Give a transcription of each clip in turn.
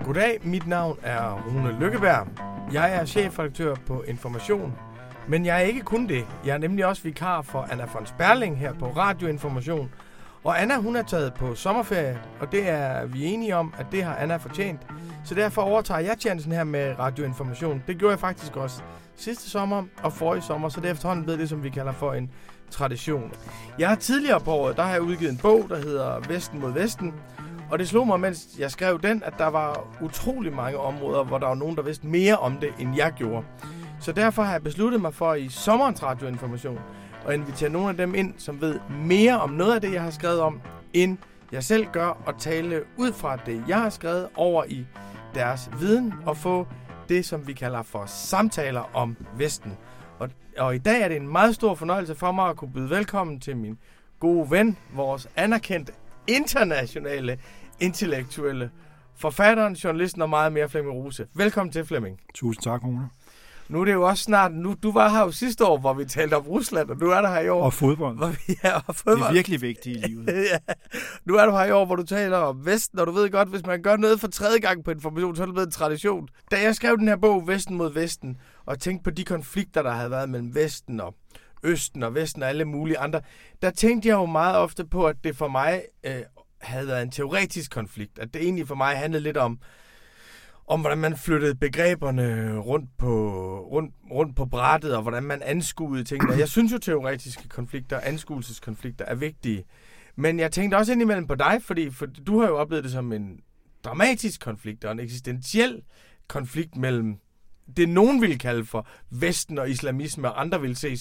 Goddag, mit navn er Rune Lykkeberg. Jeg er chefredaktør på Information. Men jeg er ikke kun det. Jeg er nemlig også vikar for Anna von Sperling her på Radio Information. Og Anna, hun er taget på sommerferie, og det er vi enige om, at det har Anna fortjent. Så derfor overtager jeg chancen her med Radio Information. Det gjorde jeg faktisk også sidste sommer og forrige sommer, så det er efterhånden blevet det, som vi kalder for en tradition. Jeg har tidligere på året, der har jeg udgivet en bog, der hedder Vesten mod Vesten. Og det slog mig, mens jeg skrev den, at der var utrolig mange områder, hvor der var nogen, der vidste mere om det, end jeg gjorde. Så derfor har jeg besluttet mig for i sommerens radioinformation at invitere nogle af dem ind, som ved mere om noget af det, jeg har skrevet om, end jeg selv gør, og tale ud fra det, jeg har skrevet, over i deres viden og få det, som vi kalder for samtaler om Vesten. Og i dag er det en meget stor fornøjelse for mig at kunne byde velkommen til min gode ven, vores anerkendte internationale intellektuelle forfatteren, journalisten og meget mere, Flemming Rose. Velkommen til, Flemming. Tusind tak, Rune. Nu er det jo også snart, du var her jo sidste år, hvor vi talte om Rusland, og nu er der her i år. Og fodbold. Og fodbold. Det er virkelig vigtigt i livet. Ja. Nu er du her i år, hvor du taler om Vesten, og du ved godt, hvis man gør noget for tredje gang på Information, så er det blevet en tradition. Da jeg skrev den her bog, Vesten mod Vesten, og tænkte på de konflikter, der havde været mellem Vesten og Østen og Vesten og alle mulige andre, der tænkte jeg jo meget ofte på, at det for mig havde været en teoretisk konflikt. At det egentlig for mig handlede lidt om hvordan man flyttede begreberne rundt på brættet, og hvordan man anskuede tingene. Jeg synes jo, teoretiske konflikter, anskuelseskonflikter er vigtige. Men jeg tænkte også indimellem på dig, for du har jo oplevet det som en dramatisk konflikt, og en eksistentiel konflikt mellem det, nogen ville kalde for Vesten og islamisme, og andre ville se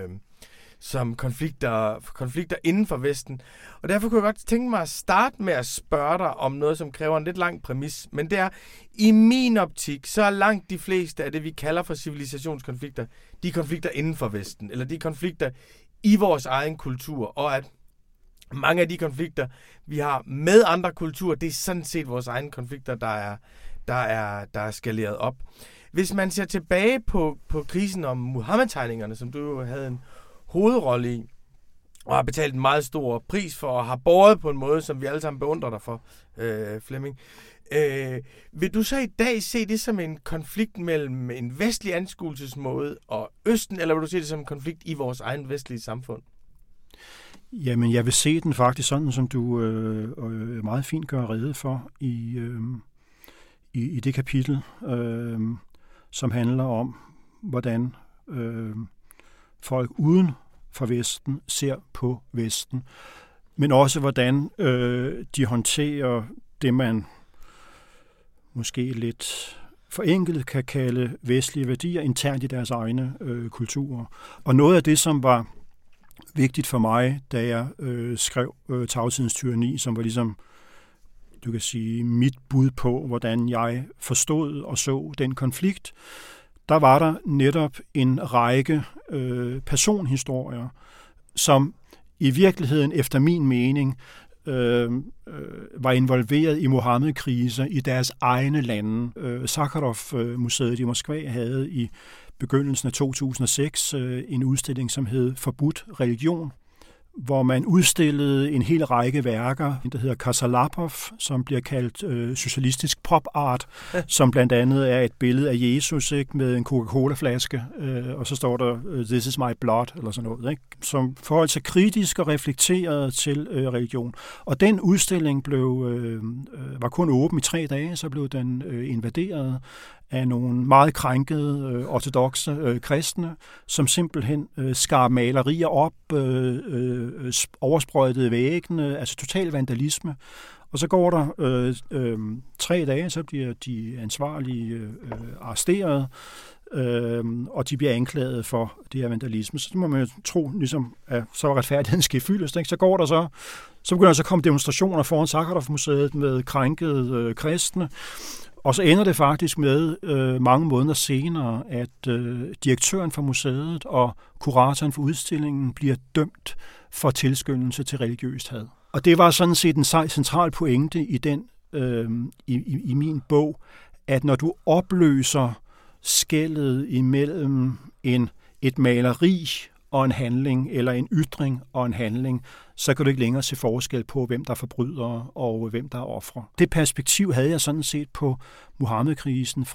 som konflikter inden for Vesten. Og derfor kunne jeg godt tænke mig at starte med at spørge dig om noget, som kræver en lidt lang præmis. Men det er, i min optik, så er langt de fleste af det, vi kalder for civilisationskonflikter, de konflikter inden for Vesten, eller de konflikter i vores egen kultur, og at mange af de konflikter, vi har med andre kulturer, det er sådan set vores egne konflikter, der er skaleret op. Hvis man ser tilbage på krisen om Muhammed-tegningerne, som du jo havde en hovedrolle i, og har betalt en meget stor pris for, og har båret på en måde, som vi alle sammen beundrer dig for, Flemming. Vil du så i dag se det som en konflikt mellem en vestlig anskuelsesmåde og Østen, eller vil du se det som en konflikt i vores egen vestlige samfund? Jamen, jeg vil se den faktisk sådan, som du meget fint gør rede for i det kapitel, som handler om, hvordan folk uden for Vesten ser på Vesten, men også hvordan de håndterer det, man måske lidt forenklet kan kalde vestlige værdier internt i deres egne kulturer. Og noget af det, som var vigtigt for mig, da jeg skrev Tavshedens tyranni, som var ligesom, du kan sige, mit bud på, hvordan jeg forstod og så den konflikt, der var der netop en række personhistorier, som i virkeligheden, efter min mening, var involveret i Mohammed-kriser i deres egne lande. Sakharov-museet i Moskva havde i begyndelsen af 2006 en udstilling, som hed Forbudt religion, hvor man udstillede en hel række værker, der hedder Kasalapov, som bliver kaldt socialistisk pop-art, som blandt andet er et billede af Jesus, ikke, med en Coca-Cola-flaske, og så står der, "This is my blood", eller sådan noget, ikke, som forholdt sig kritisk og reflekteret til religion. Og den udstilling var kun åben i 3 dage, så blev den invaderet af nogle meget krænkede ortodokse kristne, som simpelthen skar malerier op, oversprøjtede væggene, altså total vandalisme. Og så går der 3 dage, så bliver de ansvarlige arresteret, og de bliver anklaget for det her vandalisme. Så må man jo tro, ligesom, at så var retfærdigheden skal fyldes. Ikke? Så går der så begynder der så at komme demonstrationer foran Sakharov-museet med krænkede kristne. Og så ender det faktisk med mange måneder senere, at direktøren for museet og kuratoren for udstillingen bliver dømt for tilskyndelse til religiøst had. Og det var sådan set en central pointe i i min bog, at når du opløser skellet imellem et maleri og en handling, eller en ytring og en handling, så kan du ikke længere se forskel på, hvem der er forbrydere og hvem der er ofre. Det perspektiv havde jeg sådan set på Muhammed-krisen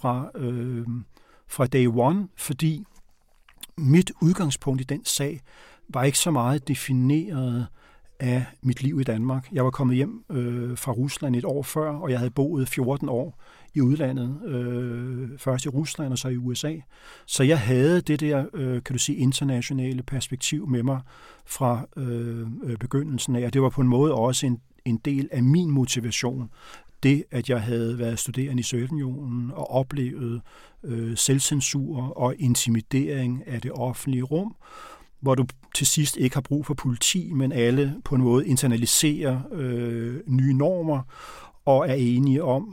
fra day one, fordi mit udgangspunkt i den sag var ikke så meget defineret af mit liv i Danmark. Jeg var kommet hjem fra Rusland et år før, og jeg havde boet 14 år i udlandet, først i Rusland og så i USA. Så jeg havde det der, kan du sige, internationale perspektiv med mig fra begyndelsen af, og det var på en måde også en del af min motivation. Det, at jeg havde været studerende i Sovjetunionen og oplevet selvcensur og intimidering af det offentlige rum, hvor du til sidst ikke har brug for politi, men alle på en måde internaliserer nye normer og er enige om,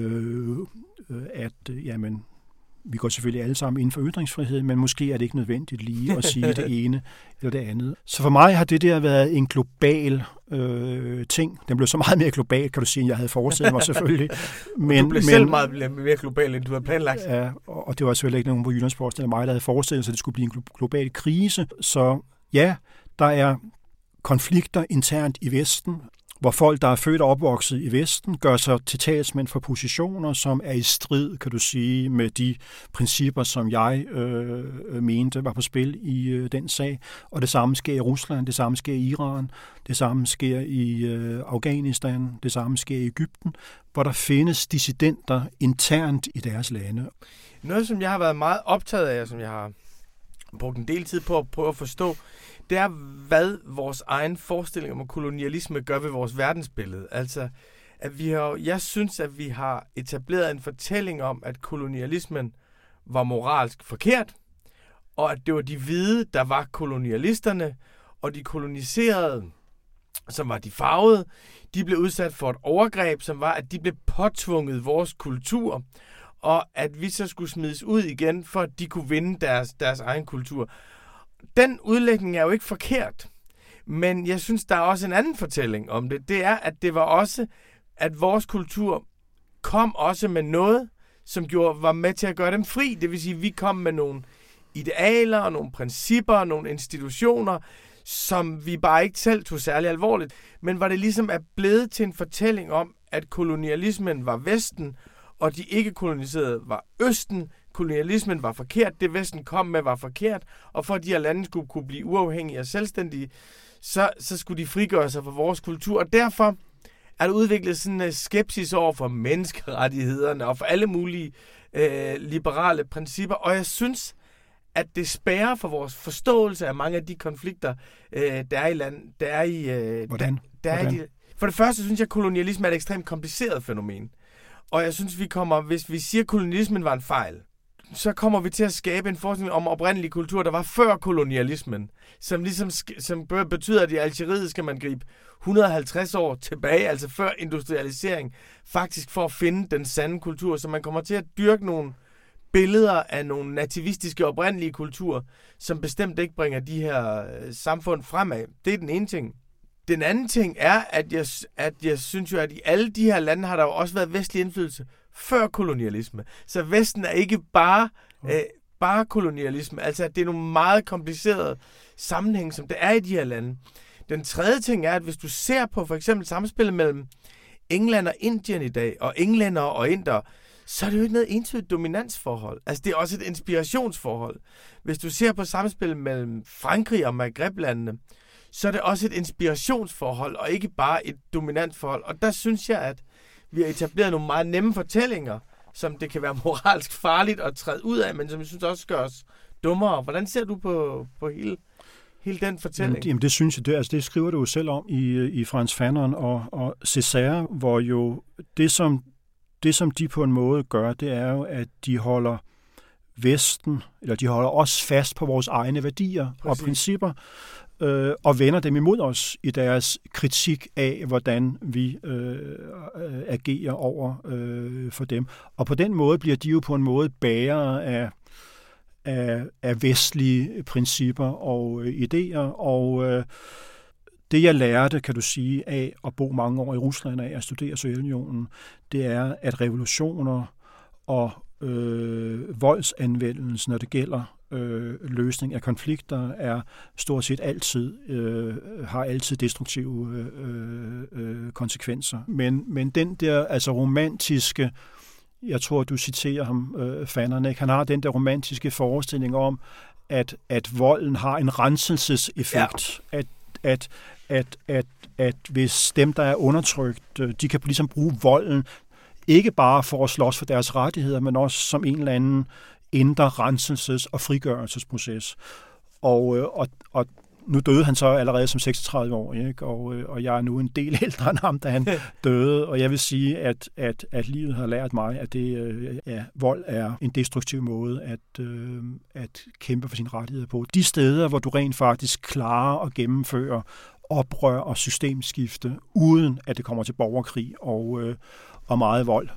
at jamen, vi går selvfølgelig alle sammen inden for ytringsfrihed, men måske er det ikke nødvendigt lige at sige det ene eller det andet. Så for mig har det der været en global ting. Den blev så meget mere global, kan du sige, end jeg havde forestillet mig selvfølgelig. Men, du blev selv meget mere global, end du havde planlagt. Ja, og det var selvfølgelig ikke nogen på Jyllandsposten eller mig, der havde forestillet sig, at det skulle blive en global krise. Så ja, der er konflikter internt i Vesten, hvor folk, der er født og opvokset i Vesten, gør sig til talsmænd for positioner, som er i strid, kan du sige, med de principper, som jeg mente var på spil i den sag. Og det samme sker i Rusland, det samme sker i Iran, det samme sker i Afghanistan, det samme sker i Egypten, hvor der findes dissidenter internt i deres lande. Noget, som jeg har været meget optaget af, som jeg har brugt en del tid på at prøve at forstå, det er, hvad vores egen forestilling om kolonialisme gør ved vores verdensbillede. Altså, at jeg synes, at vi har etableret en fortælling om, at kolonialismen var moralsk forkert, og at det var de hvide, der var kolonialisterne, og de koloniserede, som var de farvede, de blev udsat for et overgreb, som var, at de blev påtvunget vores kultur, og at vi så skulle smides ud igen, for at de kunne vinde deres egen kultur. Den udlægning er jo ikke forkert, men jeg synes, der er også en anden fortælling om det. Det er, at det var også, at vores kultur kom også med noget, som var med til at gøre dem fri. Det vil sige, at vi kom med nogle idealer og nogle principper og nogle institutioner, som vi bare ikke selv tog særlig alvorligt. Men var det ligesom er blevet til en fortælling om, at kolonialismen var Vesten, og de ikke koloniserede var Østen. Kolonialismen var forkert, det Vesten kom med var forkert, og for at de her lande skulle kunne blive uafhængige og selvstændige, så skulle de frigøre sig fra vores kultur, og derfor er der udviklet sådan en skepsis over for menneskerettighederne og for alle mulige liberale principper, og jeg synes, at det spærrer for vores forståelse af mange af de konflikter, der er i landet. Hvordan? For det første synes jeg, at kolonialisme er et ekstremt kompliceret fænomen. Og jeg synes, hvis vi siger, at kolonialismen var en fejl, så kommer vi til at skabe en forskning om oprindelig kultur, der var før kolonialismen, som betyder, at i Algeriet skal man gribe 150 år tilbage, altså før industrialisering, faktisk for at finde den sande kultur, så man kommer til at dyrke nogle billeder af nogle nativistiske oprindelige kulturer, som bestemt ikke bringer de her samfund fremad. Det er den ene ting. Den anden ting er, at jeg synes jo, at i alle de her lande har der jo også været vestlig indflydelse før kolonialisme. Så Vesten er ikke bare kolonialisme. Altså, at det er nogle meget komplicerede sammenhæng, som det er i de her lande. Den tredje ting er, at hvis du ser på for eksempel samspillet mellem England og Indien i dag, og englænder og inder, så er det jo ikke noget entydigt dominansforhold. Altså, det er også et inspirationsforhold. Hvis du ser på samspillet mellem Frankrig og Maghreb-landene, så er det også et inspirationsforhold, og ikke bare et dominansforhold. Og der synes jeg, at vi har etableret nogle meget nemme fortællinger, som det kan være moralsk farligt at træde ud af, men som jeg synes også gør os dummere. Hvordan ser du på hele den fortælling? Jamen det synes jeg, det skriver du jo selv om i Frantz Fanon og Césaire, hvor jo det som de på en måde gør, det er jo, at de holder Vesten, eller de holder os fast på vores egne værdier og principper, og vender dem imod os i deres kritik af, hvordan vi agerer over for dem. Og på den måde bliver de jo på en måde bærere af vestlige principper og idéer, og det jeg lærte, kan du sige, af at bo mange år i Rusland, af at studere Sovjetunionen, det er, at revolutioner og voldsanvendelse, når det gælder løsning af konflikter er stort set har altid destruktive konsekvenser. Men den der altså romantiske, jeg tror, du citerer ham, Fananek, han har den der romantiske forestilling om, at volden har en renselseseffekt. Ja. At hvis dem, der er undertrykt, de kan ligesom bruge volden, ikke bare for at slås for deres rettigheder, men også som en eller anden indre renselses- og frigørelsesproces. Og nu døde han så allerede som 36 år, ikke? Og jeg er nu en del ældre end ham, da han døde. Og jeg vil sige, at livet har lært mig, at vold er en destruktiv måde at kæmpe for sine rettigheder på. De steder, hvor du rent faktisk klarer at gennemføre oprør og systemskifte, uden at det kommer til borgerkrig og meget vold,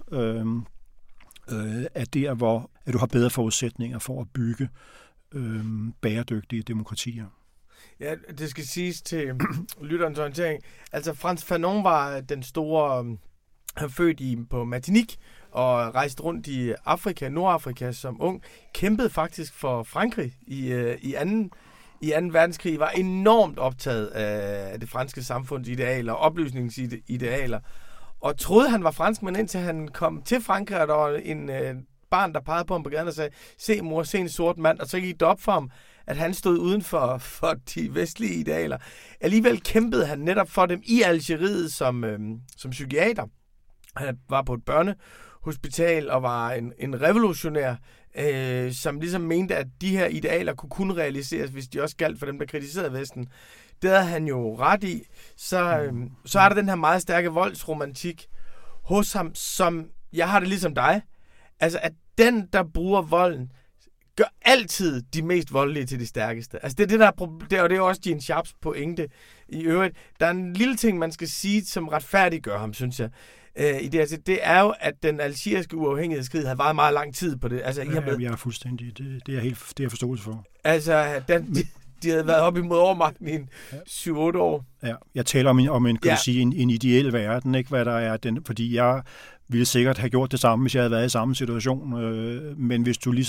er der, hvor at du har bedre forudsætninger for at bygge bæredygtige demokratier. Ja, det skal siges til lytterens orientering. Altså, Frantz Fanon var den store, født på Martinique og rejste rundt i Afrika, Nordafrika som ung. Kæmpede faktisk for Frankrig i anden verdenskrig. Var enormt optaget af det franske samfunds idealer, oplysningsidealer. Og troede, han var franskmand, indtil han kom til Frankrig, og der var en barn, der pegede på ham på gaden og sagde, se mor, se en sort mand, og så gik det op for ham, at han stod uden for de vestlige idealer. Alligevel kæmpede han netop for dem i Algeriet som psykiater. Han var på et børnehospital og var en revolutionær, som ligesom mente, at de her idealer kunne kun realiseres, hvis de også galt for dem, der kritiserede Vesten. Det havde han jo ret i. Så er der den her meget stærke voldsromantik hos ham, som jeg har det ligesom dig. Altså, at den, der bruger volden, gør altid de mest voldelige til de stærkeste. Altså, det er det, der er problemet, og det er også Gene Sharps pointe i øvrigt. Der er en lille ting, man skal sige, som retfærdiggør ham, synes jeg. Det er jo, at den algeriske uafhængighedskrig havde varet meget lang tid på det. Altså, jeg er fuldstændig. Det er jeg forståelse for. Altså, de havde været op imod overmagten i 7-8 år. Ja, jeg taler om en ideel verden, ikke, hvad der er den, fordi jeg ville sikkert have gjort det samme, hvis jeg havde været i samme situation. Men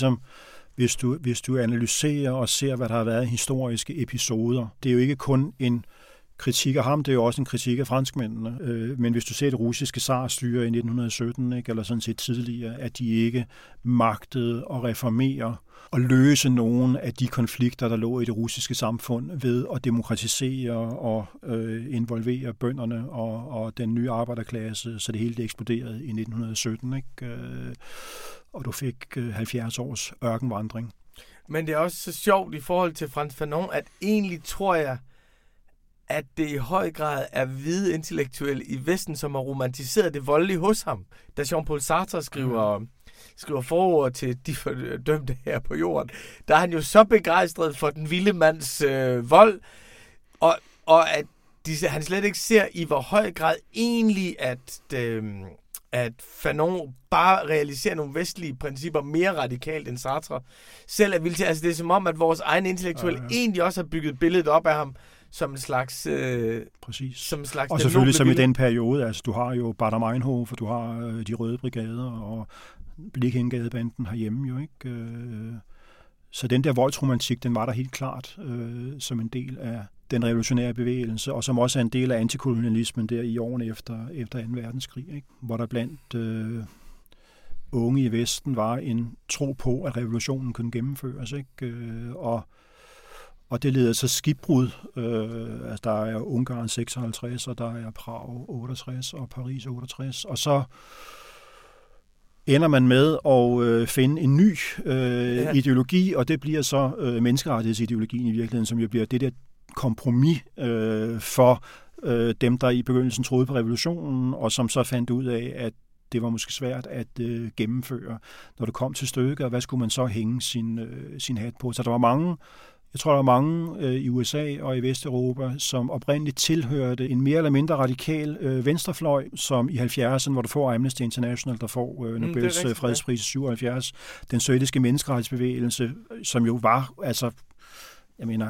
hvis du analyserer og ser, hvad der har været historiske episoder, det er jo ikke kun en kritik af ham, det er jo også en kritik af franskmændene. Men hvis du ser det russiske zarstyre i 1917, ikke, eller sådan set tidligere, at de ikke magtede at reformere og løse nogle af de konflikter, der lå i det russiske samfund ved at demokratisere og involvere bønderne og den nye arbejderklasse, så det hele det eksploderede i 1917, ikke? Og du fik 70 års ørkenvandring. Men det er også så sjovt i forhold til Frantz Fanon, at egentlig tror jeg, at det i høj grad er hvide intellektuelle i Vesten, som har romantiseret det voldelige hos ham. Da Jean-Paul Sartre skriver forord til De fordømte her på jorden, der er han jo så begejstret for den vilde mands vold, og at han slet ikke ser i hvor høj grad egentlig, at Fanon bare realiserer nogle vestlige principper mere radikalt end Sartre selv er vildt til. Altså det er som om, at vores egne intellektuelle egentlig også har bygget billedet op af ham som en slags... Præcis. Som en slags og selvfølgelig som i den periode, altså du har jo Baader Meinhof, og du har de røde brigader, og Blikkengadebanden herhjemme jo, ikke? Så den der voldsromantik, den var der helt klart som en del af den revolutionære bevægelse, og som også er en del af antikolonialismen der i årene efter 2. verdenskrig, ikke? Hvor der blandt unge i Vesten var en tro på, at revolutionen kunne gennemføres, ikke? Og det leder så skibbrud. Altså der er Ungarn 56, og der er Prag 68, og Paris 68, og så ender man med at finde en ny ideologi, og det bliver så menneskerettighedsideologien i virkeligheden, som jo bliver det der kompromis for dem, der i begyndelsen troede på revolutionen, og som så fandt ud af, at det var måske svært at gennemføre, når det kom til stykket, og hvad skulle man så hænge sin hat på. Så der var mange i USA og i Vesteuropa, som oprindeligt tilhørte en mere eller mindre radikal venstrefløj, som i 70'erne, hvor du får Amnesty International, der får Nobels fredspris i 77, den sovjetiske menneskerettighedsbevægelse, som jo var, altså, jeg mener,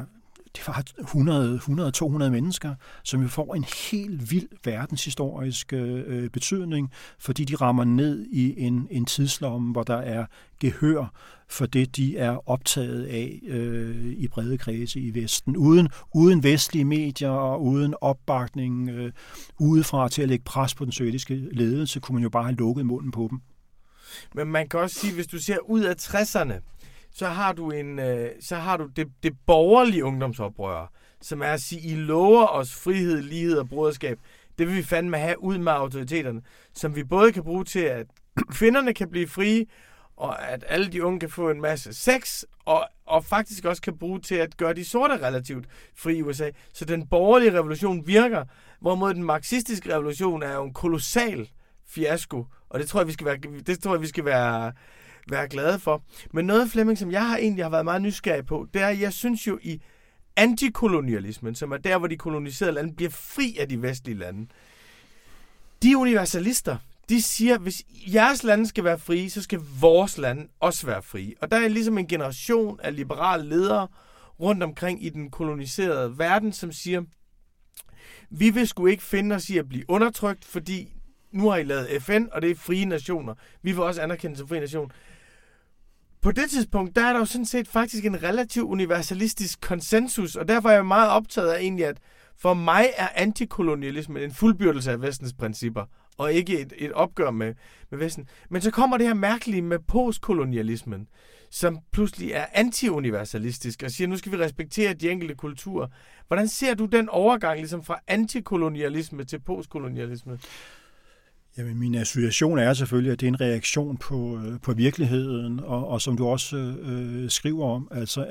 det var 100-200 mennesker, som jo får en helt vild verdenshistorisk betydning, fordi de rammer ned i en tidslomme, hvor der er gehør for det, de er optaget af i brede kredse i Vesten. Uden vestlige medier og uden opbakning udefra til at lægge pres på den sovjetiske ledelse, kunne man jo bare have lukket munden på dem. Men man kan også sige, hvis du ser ud af 60'erne, så har du det borgerlige ungdomsoprør, som er at sige, I lover os frihed, lighed og broderskab. Det vil vi fandme have ud med autoriteterne, som vi både kan bruge til, at kvinderne kan blive frie, og at alle de unge kan få en masse sex, og faktisk også kan bruge til at gøre de sorte relativt frie i USA. Så den borgerlige revolution virker, hvorimod den marxistiske revolution er jo en kolossal fiasko, og det tror jeg, vi skal være glade for. Men noget, Flemming, som jeg egentlig har været meget nysgerrig på, det er, at jeg synes jo i antikolonialismen, som er der, hvor de koloniserede lande bliver fri af de vestlige lande, de universalister, de siger, hvis jeres lande skal være frie, så skal vores lande også være frie. Og der er ligesom en generation af liberale ledere rundt omkring i den koloniserede verden, som siger, vi vil sgu ikke finde os i at blive undertrykt, fordi nu har I lavet FN, og det er frie nationer. Vi vil også anerkende som frie nation. På det tidspunkt, der er der jo sådan set faktisk en relativt universalistisk konsensus, og derfor er jeg meget optaget af egentlig, at for mig er antikolonialismen en fuldbyrdelse af vestens principper, og ikke et opgør med Vesten. Men så kommer det her mærkelige med postkolonialismen, som pludselig er anti-universalistisk, og siger, nu skal vi respektere de enkelte kulturer. Hvordan ser du den overgang ligesom fra antikolonialisme til postkolonialisme? Jamen, min association er selvfølgelig, at det er en reaktion på virkeligheden, og som du også skriver om, altså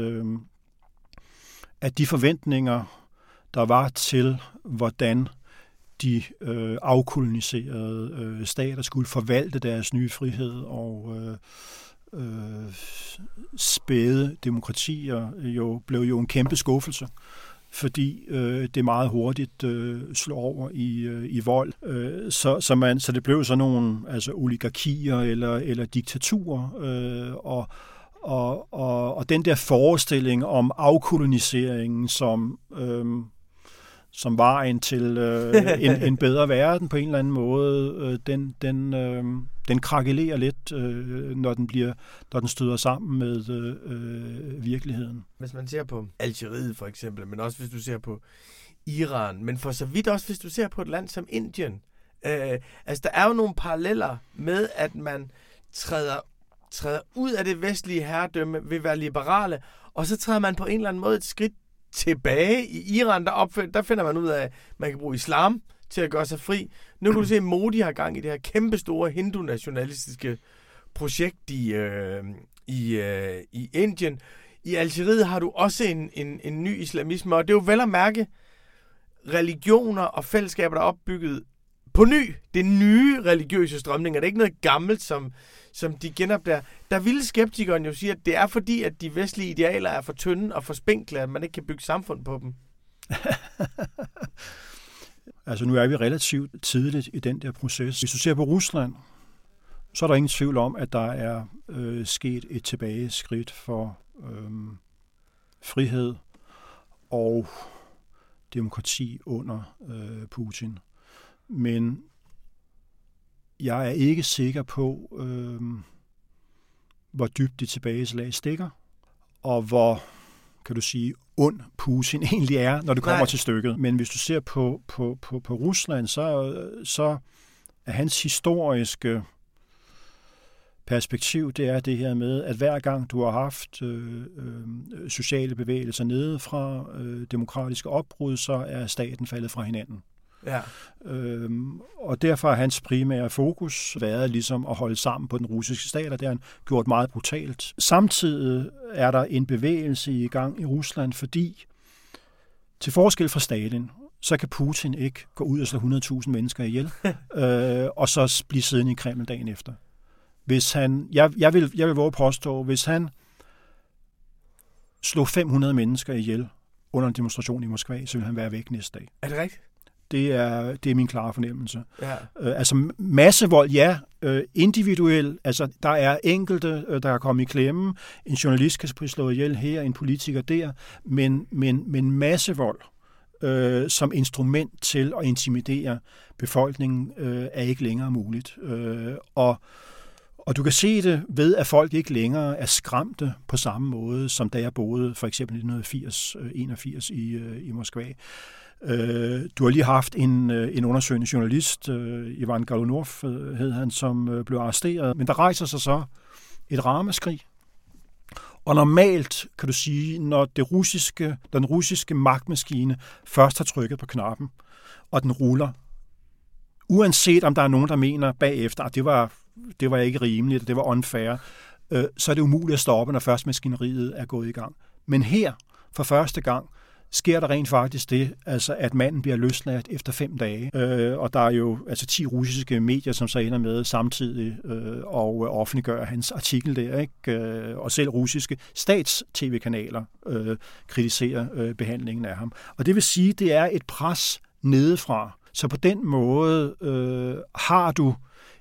at de forventninger, der var til, hvordan de afkoloniserede stater skulle forvalte deres nye frihed og spæde demokratier, blev jo en kæmpe skuffelse, fordi det meget hurtigt slår over i vold. Så det blev sådan nogle oligarkier eller diktaturer, og den der forestilling om afkoloniseringen som vejen til en bedre verden på en eller anden måde, den krakelerer lidt, når den støder sammen med virkeligheden. Hvis man ser på Algeriet for eksempel, men også hvis du ser på Iran, men for så vidt også hvis du ser på et land som Indien. Der er jo nogle paralleller med, at man træder ud af det vestlige herredømme, vil være liberale, og så træder man på en eller anden måde et skridt tilbage. I Iran, der finder man ud af, at man kan bruge islam til at gøre sig fri. Nu kan du se, at Modi har gang i det her kæmpestore hindu-nationalistiske projekt i Indien. I Algeriet har du også en ny islamisme, og det er jo vel at mærke religioner og fællesskaber, der er opbygget på ny. Det er nye religiøse strømninger. Det er ikke noget gammelt, som de genopdager. Der ville skeptikeren jo sige, at det er fordi, at de vestlige idealer er for tynde og for spinkle, at man ikke kan bygge samfund på dem. Altså nu er vi relativt tidligt i den der proces. Hvis du ser på Rusland, så er der ingen tvivl om, at der er sket et tilbageskridt for frihed og demokrati under Putin. Men jeg er ikke sikker på, hvor dybt det tilbageslag stikker, og hvor, kan du sige, ond Putin egentlig er, når det kommer til stykket. Men hvis du ser på Rusland, så er hans historiske perspektiv, det er det her med, at hver gang du har haft sociale bevægelser nedefra, demokratiske opbrud, så er staten faldet fra hinanden. Ja. Og derfor har hans primære fokus været ligesom at holde sammen på den russiske stat, og det har han gjort meget brutalt. Samtidig er der en bevægelse i gang i Rusland, fordi til forskel fra Stalin, så kan Putin ikke gå ud og slå 100.000 mennesker ihjel, og så blive siddende i Kreml dagen efter. Hvis han, jeg vil våge påstå, hvis han slog 500 mennesker ihjel under en demonstration i Moskva, så vil han være væk næste dag. Er det rigtigt? Det er min klare fornemmelse. Ja. Altså massevold, ja. Individuel, altså der er enkelte, der er kommet i klemme. En journalist kan blive slået ihjel her, en politiker der. Men massevold som instrument til at intimidere befolkningen er ikke længere muligt. Og du kan se det ved, at folk ikke længere er skræmte på samme måde, som da jeg boede for eksempel i 1981 i Moskva. Du har lige haft en undersøgende journalist, Ivan Galunov hed han, som blev arresteret. Men der rejser sig så et ramaskrig. Og normalt, kan du sige, når den russiske magtmaskine først har trykket på knappen, og den ruller, uanset om der er nogen, der mener bagefter, at det var ikke rimeligt, det var unfair, så er det umuligt at stoppe, når først maskineriet er gået i gang. Men her, for første gang, sker der rent faktisk det, altså at manden bliver løsladt efter 5 dage. Og der er jo 10 russiske medier, som så ender med samtidig og offentliggør hans artikel der, ikke? Og selv russiske stats-tv-kanaler kritiserer behandlingen af ham. Og det vil sige, det er et pres nedefra. Så på den måde har du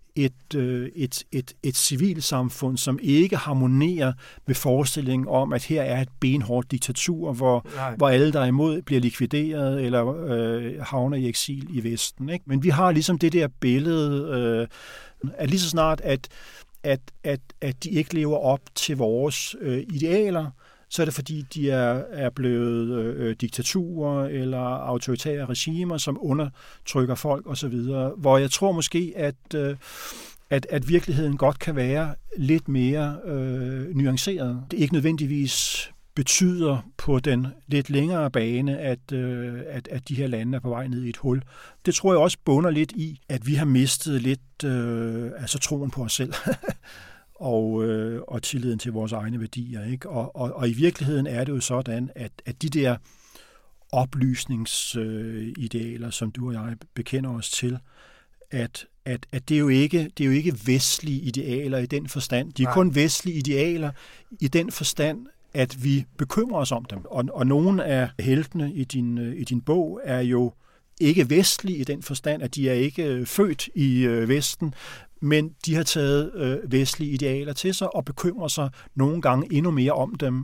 et civilsamfund, som ikke harmonerer med forestillingen om, at her er et benhårdt diktatur, hvor alle, der er imod, bliver likvideret eller havner i eksil i Vesten. Ikke? Men vi har ligesom det der billede, at lige så snart, at de ikke lever op til vores idealer, så er det fordi, de er blevet diktaturer eller autoritære regimer, som undertrykker folk osv., hvor jeg tror måske, at virkeligheden godt kan være lidt mere nuanceret. Det ikke nødvendigvis betyder på den lidt længere bane, at de her lande er på vej ned i et hul. Det tror jeg også bunder lidt i, at vi har mistet lidt troen på os selv. og tilliden til vores egne værdier. Ikke? Og i virkeligheden er det jo sådan, at de der oplysningsidealer, som du og jeg bekender os til, at det er jo ikke vestlige idealer i den forstand. De er kun vestlige idealer i den forstand, at vi bekymrer os om dem. Og nogle af heltene i din bog er jo ikke vestlige i den forstand, at de er ikke født i Vesten, men de har taget vestlige idealer til sig og bekymrer sig nogle gange endnu mere om dem,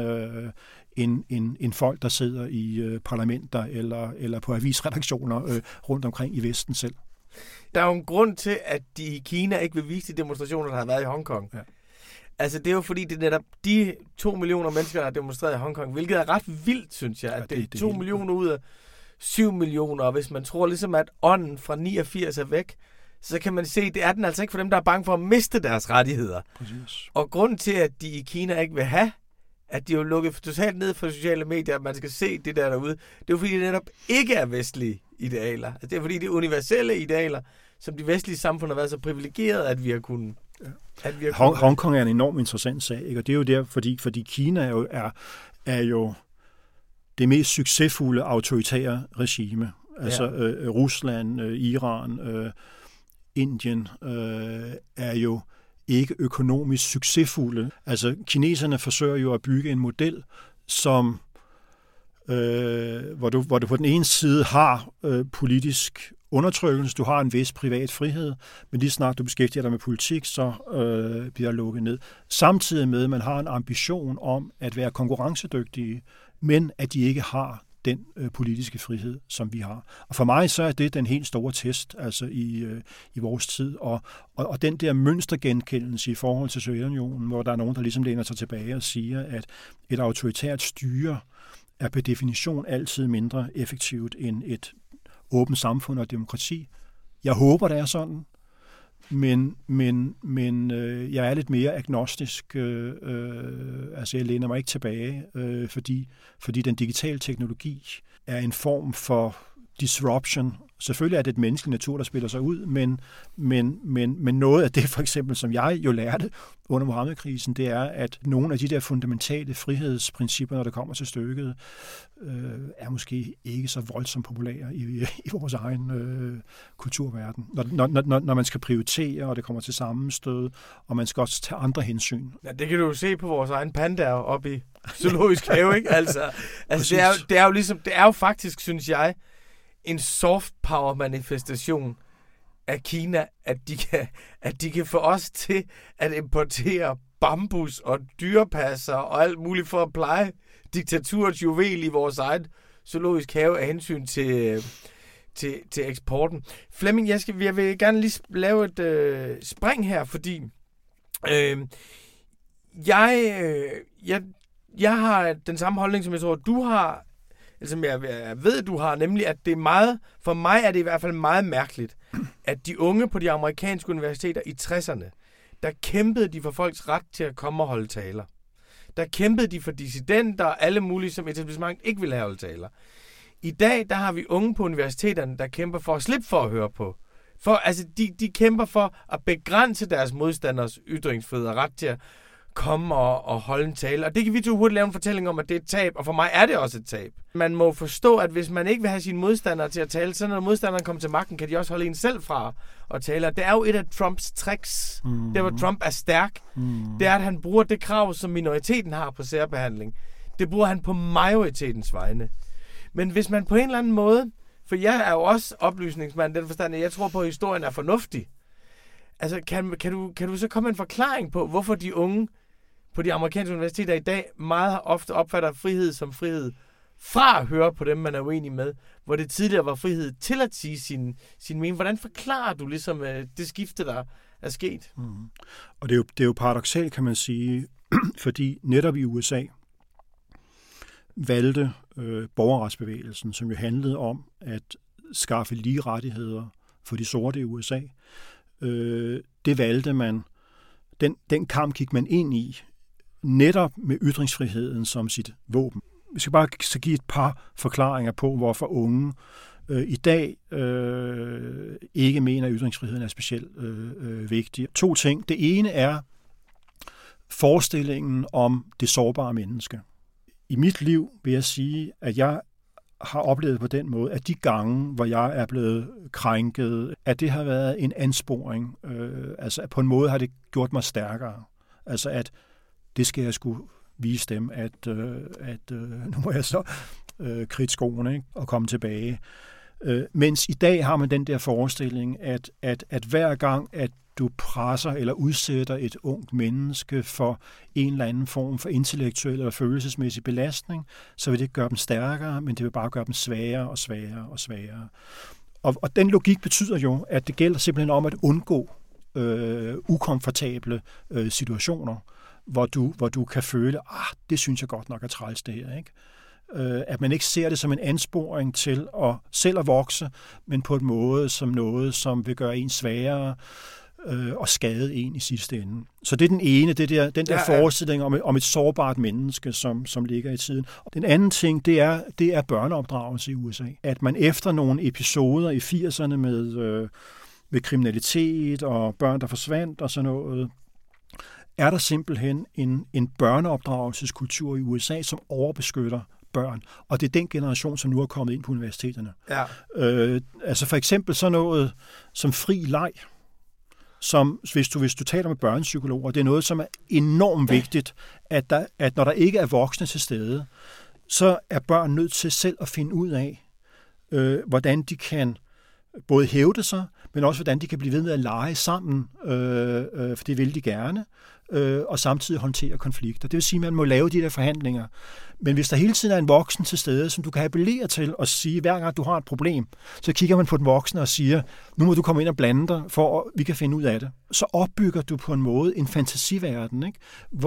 end folk, der sidder i parlamenter eller på avisredaktioner rundt omkring i Vesten selv. Der er jo en grund til, at de i Kina ikke vil vise de demonstrationer, der har været i Hongkong. Ja. Altså, det er jo fordi, det er netop de 2 millioner mennesker, der har demonstreret i Hongkong, hvilket er ret vildt, synes jeg. At det er 2 millioner ud af 7 millioner, og hvis man tror ligesom, at ånden fra 89 er væk, så kan man se, at det er den altså ikke for dem, der er bange for at miste deres rettigheder. Præcis. Og grunden til, at de i Kina ikke vil have, at de er lukket totalt ned for sociale medier, at man skal se det der derude, det er jo fordi, det netop ikke er vestlige idealer. Altså, det er fordi, det er universelle idealer, som de vestlige samfund har været så privilegeret, at vi har kunnet... Ja. Hongkong er en enormt interessant sag, ikke? Og det er jo der, fordi Kina er jo det mest succesfulde autoritære regime. Altså Rusland, Iran, Indien er jo ikke økonomisk succesfulde. Altså kineserne forsøger jo at bygge en model, som hvor du på den ene side har politisk undertrykkelse, du har en vis privat frihed, men lige snart du beskæftiger dig med politik, så bliver lukket ned. Samtidig med, at man har en ambition om at være konkurrencedygtige, men at de ikke har den politiske frihed, som vi har. Og for mig så er det den helt store test altså i vores tid. Og den der mønstergenkendelse i forhold til Sovjetunionen, hvor der er nogen, der ligesom læner sig tilbage og siger, at et autoritært styre er per definition altid mindre effektivt end et åbent samfund og demokrati. Jeg håber, det er sådan, men jeg er lidt mere agnostisk. Altså jeg læner mig ikke tilbage, fordi den digitale teknologi er en form for disruption. Selvfølgelig er det et menneskelig natur, der spiller sig ud, men noget af det, for eksempel, som jeg jo lærte under Muhammed-krisen, det er, at nogle af de der fundamentale frihedsprincipper, når det kommer til stykket, er måske ikke så voldsomt populære i vores egen kulturverden. Når man skal prioritere, og det kommer til sammenstød, og man skal også tage andre hensyn. Ja, det kan du jo se på vores egen pandaer oppe i Zoologisk Have, ikke? Altså det er jo ligesom, det er jo faktisk, synes jeg, en soft power manifestation af Kina, at de kan få os til at importere bambus og dyrepasser og alt muligt for at pleje diktaturets juvel i vores egen zoologisk have af hensyn til eksporten. Flemming, jeg vil gerne lige lave et spring her, fordi jeg har den samme holdning, som jeg tror, du har, eller som jeg ved, du har, nemlig at det er meget, for mig er det i hvert fald meget mærkeligt, at de unge på de amerikanske universiteter i 60'erne, der kæmpede de for folks ret til at komme og holde taler. Der kæmpede de for dissidenter og alle mulige, som etablissement ikke ville have holde taler. I dag, der har vi unge på universiteterne, der kæmper for at slippe for at høre på. De kæmper for at begrænse deres modstanders ytringsfrihed og ret til at komme og holde en tale. Og det kan vi to hurtigt lave en fortælling om, at det er et tab, og for mig er det også et tab. Man må forstå, at hvis man ikke vil have sine modstandere til at tale, så når modstanderen kommer til magten, kan de også holde en selv fra at tale. Og det er jo et af Trumps tricks. Det hvor Trump er stærk. Det er, at han bruger det krav, som minoriteten har på særbehandling. Det bruger han på majoritetens vegne. Men hvis man på en eller anden måde, for jeg er jo også oplysningsmand, den forstand, at jeg tror på, at historien er fornuftig. Altså, kan du så komme en forklaring på, hvorfor de unge på de amerikanske universiteter i dag meget ofte opfatter frihed som frihed fra at høre på dem, man er uenig med, hvor det tidligere var frihed til at sige sin mening? Hvordan forklarer du ligesom det skifte, der er sket? Og det er jo paradoksalt, kan man sige, fordi netop i USA valgte borgerretsbevægelsen, som jo handlede om at skaffe lige rettigheder for de sorte i USA. Det valgte man, den kamp gik man ind i, netop med ytringsfriheden som sit våben. Vi skal bare så give et par forklaringer på, hvorfor unge i dag ikke mener, at ytringsfriheden er specielt vigtig. 2 ting. Det ene er forestillingen om det sårbare menneske. I mit liv vil jeg sige, at jeg har oplevet på den måde, at de gange, hvor jeg er blevet krænket, at det har været en ansporing. Altså på en måde har det gjort mig stærkere. Altså at det skal jeg skulle vise dem, at nu må jeg så kridte skoene, ikke, og komme tilbage. Mens i dag har man den der forestilling, at hver gang, at du presser eller udsætter et ungt menneske for en eller anden form for intellektuel eller følelsesmæssig belastning, så vil det ikke gøre dem stærkere, men det vil bare gøre dem svagere og svagere og svagere. Og den logik betyder jo, at det gælder simpelthen om at undgå ukomfortable situationer, hvor du kan føle, det synes jeg godt nok er træls det her, ikke? At man ikke ser det som en ansporing til at selv at vokse, men på en måde som noget, som vil gøre en svagere og skade en i sidste ende. Så det er den ene, den der forestilling om et sårbart menneske, som ligger i tiden. Den anden ting, det er børneopdragelse i USA. At man efter nogle episoder i 80'erne med kriminalitet og børn, der forsvandt og sådan noget, er der simpelthen en børneopdragelseskultur i USA, som overbeskytter børn. Og det er den generation, som nu er kommet ind på universiteterne. Ja. Altså for eksempel sådan noget som fri leg, som hvis du taler med børnepsykologer, det er noget, som er enormt vigtigt, at når der ikke er voksne til stede, så er børn nødt til selv at finde ud af, hvordan de kan både hævde sig, men også hvordan de kan blive ved med at lege sammen, for det vil de gerne, og samtidig håndtere konflikter. Det vil sige, at man må lave de der forhandlinger. Men hvis der hele tiden er en voksen til stede, som du kan appellere til og sige, hver gang du har et problem, så kigger man på den voksne og siger, nu må du komme ind og blande dig, for at vi kan finde ud af det. Så opbygger du på en måde en fantasiverden, ikke?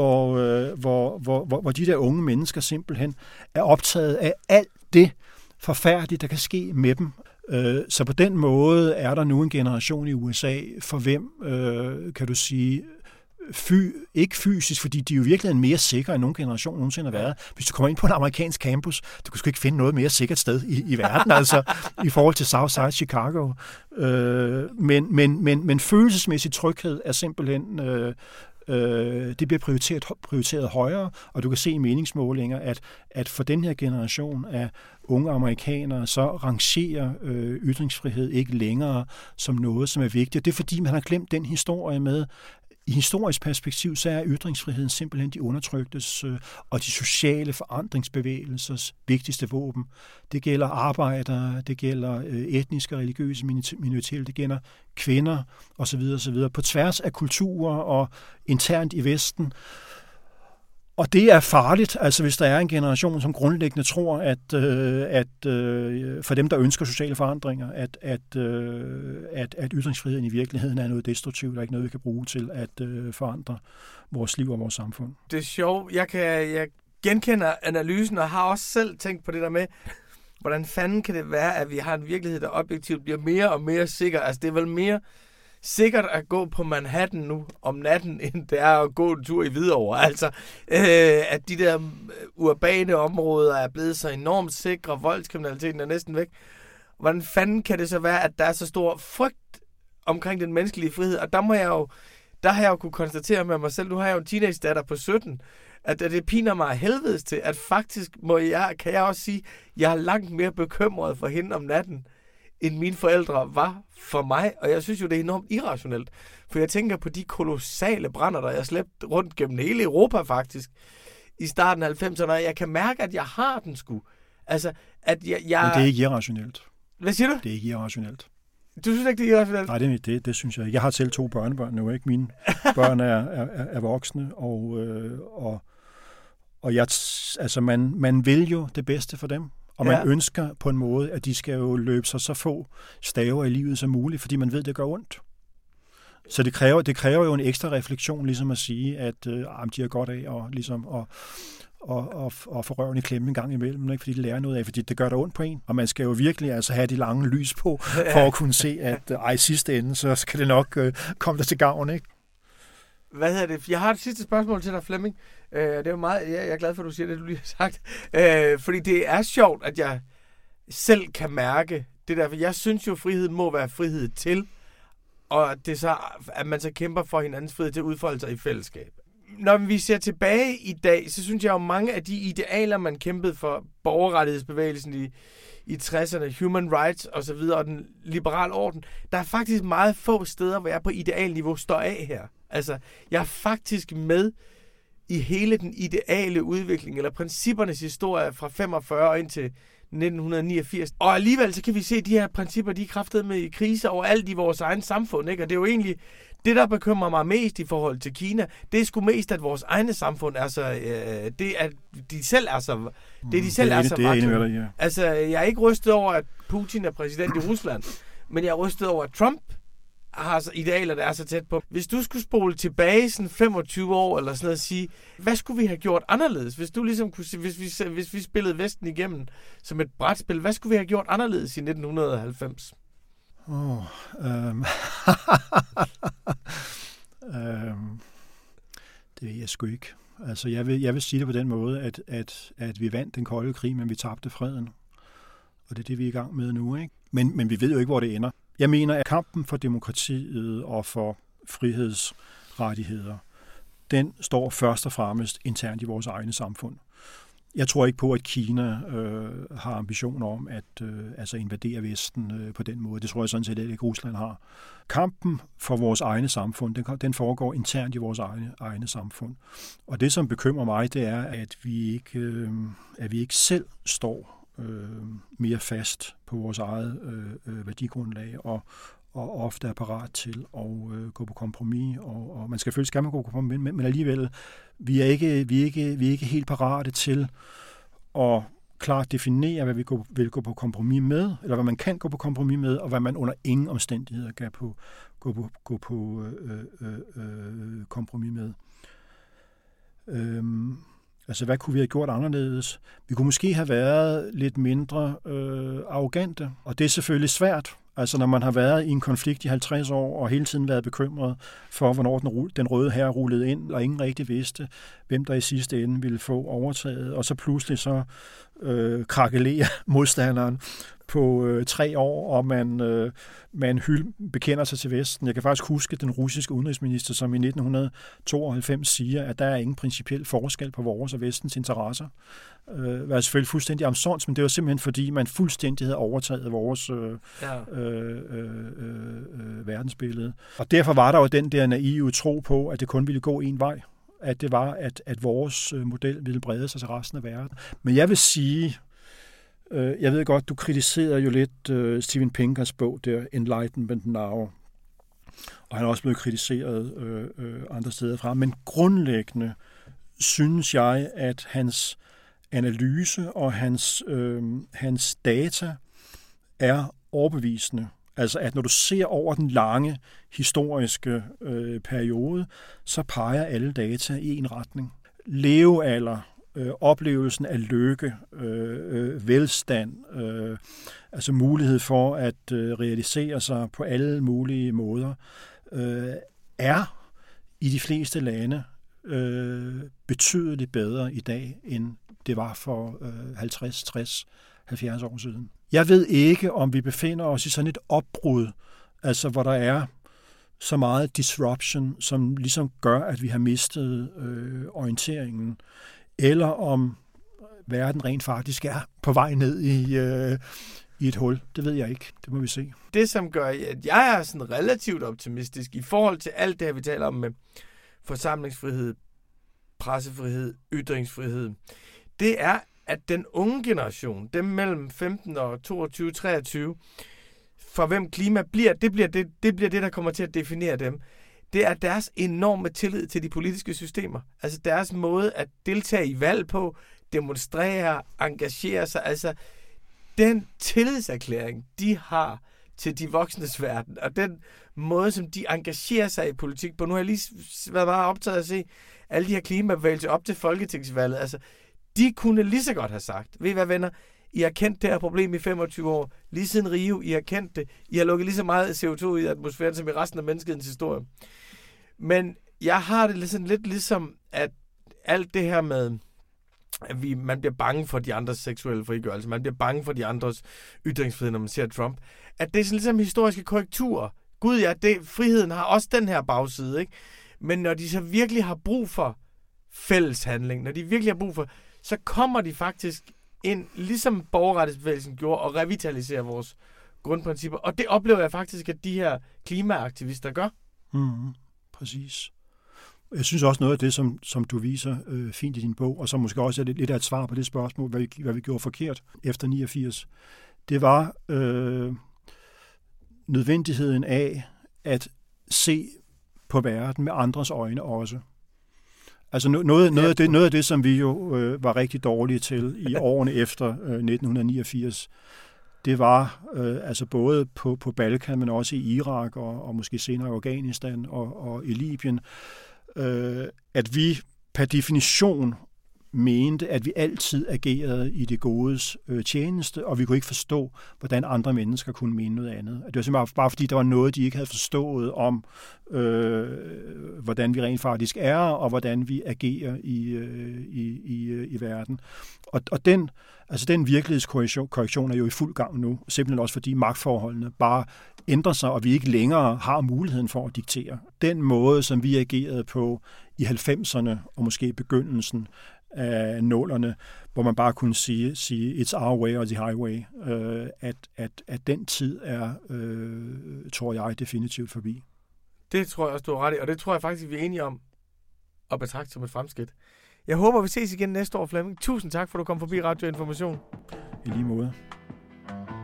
Hvor de der unge mennesker simpelthen er optaget af alt det forfærdelige, der kan ske med dem. Så på den måde er der nu en generation i USA, for hvem, kan du sige, ikke fysisk, fordi de er jo virkelig mere sikre, end nogen generation nogensinde har været. Hvis du kommer ind på en amerikansk campus, du kan sgu ikke finde noget mere sikkert sted i verden, altså i forhold til Southside Chicago. Men følelsesmæssig tryghed er simpelthen det bliver prioriteret højere, og du kan se i meningsmålinger, at for den her generation af unge amerikanere, så rangerer ytringsfrihed ikke længere som noget, som er vigtigt. Det er fordi, man har glemt den historie med, i historisk perspektiv, så er ytringsfriheden simpelthen de undertryktes og de sociale forandringsbevægelsers vigtigste våben. Det gælder arbejdere, det gælder etniske og religiøse minoriteter, det gælder kvinder osv. osv. på tværs af kulturer og internt i Vesten. Og det er farligt, altså hvis der er en generation, som grundlæggende tror, at for dem, der ønsker sociale forandringer, at ytringsfriheden i virkeligheden er noget destruktivt, og ikke noget, vi kan bruge til at forandre vores liv og vores samfund. Det er sjovt. Jeg genkender analysen, og har også selv tænkt på det der med, hvordan fanden kan det være, at vi har en virkelighed, der objektivt bliver mere og mere sikker. Altså det er vel mere sikkert at gå på Manhattan nu om natten, end det er at gå en tur i Hvidovre. Altså, at de der urbane områder er blevet så enormt sikre, voldskriminaliteten er næsten væk. Hvordan fanden kan det så være, at der er så stor frygt omkring den menneskelige frihed? Og der har jeg jo kunne konstatere med mig selv, nu har jeg jo en teenage-datter på 17, at det piner mig helvedes til, at faktisk kan jeg også sige, at jeg er langt mere bekymret for hende om natten, end mine forældre var for mig. Og jeg synes jo, det er enormt irrationelt. For jeg tænker på de kolossale brænder, der jeg slæbte rundt gennem hele Europa faktisk, i starten af 90'erne, og jeg kan mærke, at jeg har den sgu. Altså, at jeg... Men det er ikke irrationelt. Hvad siger du? Det er ikke irrationelt. Du synes ikke, det er irrationelt? Nej, det synes jeg ikke. Jeg har selv 2 børnebørn nu, ikke? Mine børn er voksne, og jeg, altså man vil jo det bedste for dem. Og man ønsker på en måde, at de skal jo løbe sig så få staver i livet som muligt, fordi man ved, det gør ondt. Så det kræver jo en ekstra refleksion, ligesom at sige, at de har godt af og ligesom og få røven i klemme en gang imellem, ikke? Fordi de lærer noget af, fordi det gør der ondt på en. Og man skal jo virkelig altså have de lange lys på, for at kunne se, at i sidste ende, så skal det nok komme der til gavn, ikke? Hvad hedder det? Jeg har et sidste spørgsmål til dig, Flemming. Det er jo meget, jeg er glad for, at du siger det, du lige har sagt. Fordi det er sjovt, at jeg selv kan mærke det der. For jeg synes jo, frihed må være frihed til, og det så, at man så kæmper for hinandens frihed til at udfolde sig i fællesskab. Når vi ser tilbage i dag, så synes jeg jo, mange af de idealer, man kæmpede for, borgerrettighedsbevægelsen i 60'erne, human rights og så videre, og den liberale orden, der er faktisk meget få steder, hvor jeg på idealniveau står af her. Altså, jeg er faktisk med i hele den ideale udvikling, eller princippernes historie fra 45 og ind til 1989. Og alligevel så kan vi se, at de her principper, de er kraftet med i krise overalt i vores egen samfund, ikke? Og det er jo egentlig det, der bekymrer mig mest i forhold til Kina. Det er sgu mest, at vores egne samfund er så... det er de selv er så... Det de selv er så magtfulde. Ja. Altså, jeg er ikke rystet over, at Putin er præsident i Rusland, men jeg er rystet over, at Trump har idealer, der er så tæt på. Hvis du skulle spole tilbage sådan 25 år eller sådan noget og sige, hvad skulle vi have gjort anderledes? Hvis du ligesom kunne sige, hvis vi spillede Vesten igennem som et brætspil, hvad skulle vi have gjort anderledes i 1990? Det ved jeg sgu ikke. Altså, jeg vil sige det på den måde, at vi vandt den kolde krig, men vi tabte freden. Og det er det, vi er i gang med nu, ikke? Men vi ved jo ikke, hvor det ender. Jeg mener, at kampen for demokratiet og for frihedsrettigheder, den står først og fremmest internt i vores egne samfund. Jeg tror ikke på, at Kina har ambitioner om at invadere Vesten på den måde. Det tror jeg sådan set ikke, Rusland har. Kampen for vores egne samfund, den foregår internt i vores egne samfund. Og det, som bekymrer mig, det er, at vi ikke selv står mere fast på vores eget værdigrundlag og ofte er parat til at gå på kompromis. Og man skal gå på kompromis, men alligevel, vi er ikke helt parate til at klart definere, hvad vi vil gå på kompromis med, eller hvad man kan gå på kompromis med, og hvad man under ingen omstændigheder kan gå på kompromis med. Altså, hvad kunne vi have gjort anderledes? Vi kunne måske have været lidt mindre arrogante, og det er selvfølgelig svært. Altså, når man har været i en konflikt i 50 år, og hele tiden været bekymret for, hvornår den røde hær rullede ind, og ingen rigtig vidste, hvem der i sidste ende ville få overtaget, og så pludselig så krakelerer modstanderen på 3 år, og man bekender sig til Vesten. Jeg kan faktisk huske den russiske udenrigsminister, som i 1992 siger, at der er ingen principiel forskel på vores og Vestens interesser. Det var selvfølgelig fuldstændig omsonst, men det var simpelthen fordi, man fuldstændig havde overtaget vores verdensbillede. Og derfor var der jo den der naive tro på, at det kun ville gå en vej. At det var, at vores model ville brede sig til resten af verden. Men jeg vil sige, jeg ved godt, du kritiserede jo lidt Steven Pinkers bog der, Enlightenment Now, og han er også blevet kritiseret andre steder fra. Men grundlæggende synes jeg, at hans analyse og hans data er overbevisende. Altså at når du ser over den lange historiske periode, så peger alle data i en retning. Levealder, oplevelsen af lykke, velstand, altså mulighed for at realisere sig på alle mulige måder, er i de fleste lande betydeligt bedre i dag, end det var for 50, 60, 70 år siden. Jeg ved ikke, om vi befinder os i sådan et opbrud, altså hvor der er så meget disruption, som ligesom gør, at vi har mistet orienteringen, eller om verden rent faktisk er på vej ned i et hul. Det ved jeg ikke. Det må vi se. Det, som gør, at jeg er sådan relativt optimistisk i forhold til alt det her, vi taler om med forsamlingsfrihed, pressefrihed, ytringsfrihed, det er, at den unge generation, dem mellem 15 og 22, 23, for hvem klima bliver, det bliver det, der kommer til at definere dem. Det er deres enorme tillid til de politiske systemer. Altså deres måde at deltage i valg på, demonstrere, engagere sig. Altså den tillidserklæring, de har til de voksnes verden, og den måde, som de engagerer sig i politik på. Nu har jeg lige været meget optaget af at se alle de her klimabevægelser op til folketingsvalget. Altså, de kunne lige så godt have sagt, ved I hvad, venner? I har kendt det her problem i 25 år. Lige siden Rio, I har kendt det. I har lukket lige så meget CO2 i atmosfæren, som i resten af menneskets historie. Men jeg har det sådan lidt ligesom, at alt det her med, at man bliver bange for de andres seksuelle frigørelse, man bliver bange for de andres ytringsfrihed, når man ser Trump, at det er sådan ligesom historiske korrekturer. Gud ja, friheden har også den her bagside, ikke? Men når de så virkelig har brug for fælles handling, når de virkelig har brug for, så kommer de faktisk ind, ligesom borgerrettighedsbevægelsen gjorde, og revitaliserer vores grundprincipper. Og det oplever jeg faktisk, at de her klimaaktivister gør. Præcis. Jeg synes også noget af det, som du viser fint i din bog, og som måske også er lidt af et svar på det spørgsmål, hvad vi gjorde forkert efter 89, det var nødvendigheden af at se på verden med andres øjne også. Altså noget af det, som vi jo var rigtig dårlige til i årene efter 1989, det var altså både på Balkan, men også i Irak og måske senere i Afghanistan og i Libyen, at vi per definition mente, at vi altid agerede i det godes tjeneste, og vi kunne ikke forstå, hvordan andre mennesker kunne mene noget andet. Det var simpelthen bare fordi, der var noget, de ikke havde forstået om, hvordan vi rent faktisk er, og hvordan vi agerer i verden. Og den virkelighedskorrektion er jo i fuld gang nu, simpelthen også fordi magtforholdene bare ændrer sig, og vi ikke længere har muligheden for at diktere. Den måde, som vi agerede på i 90'erne, og måske begyndelsen af 0'erne, hvor man bare kunne sige it's our way or the highway, at den tid er, tror jeg, definitivt forbi. Det tror jeg også, du har ret i, og det tror jeg faktisk, vi er enige om at betragte som et fremskridt. Jeg håber, vi ses igen næste år, Flemming. Tusind tak, for at du kom forbi Radio Information. I lige måde.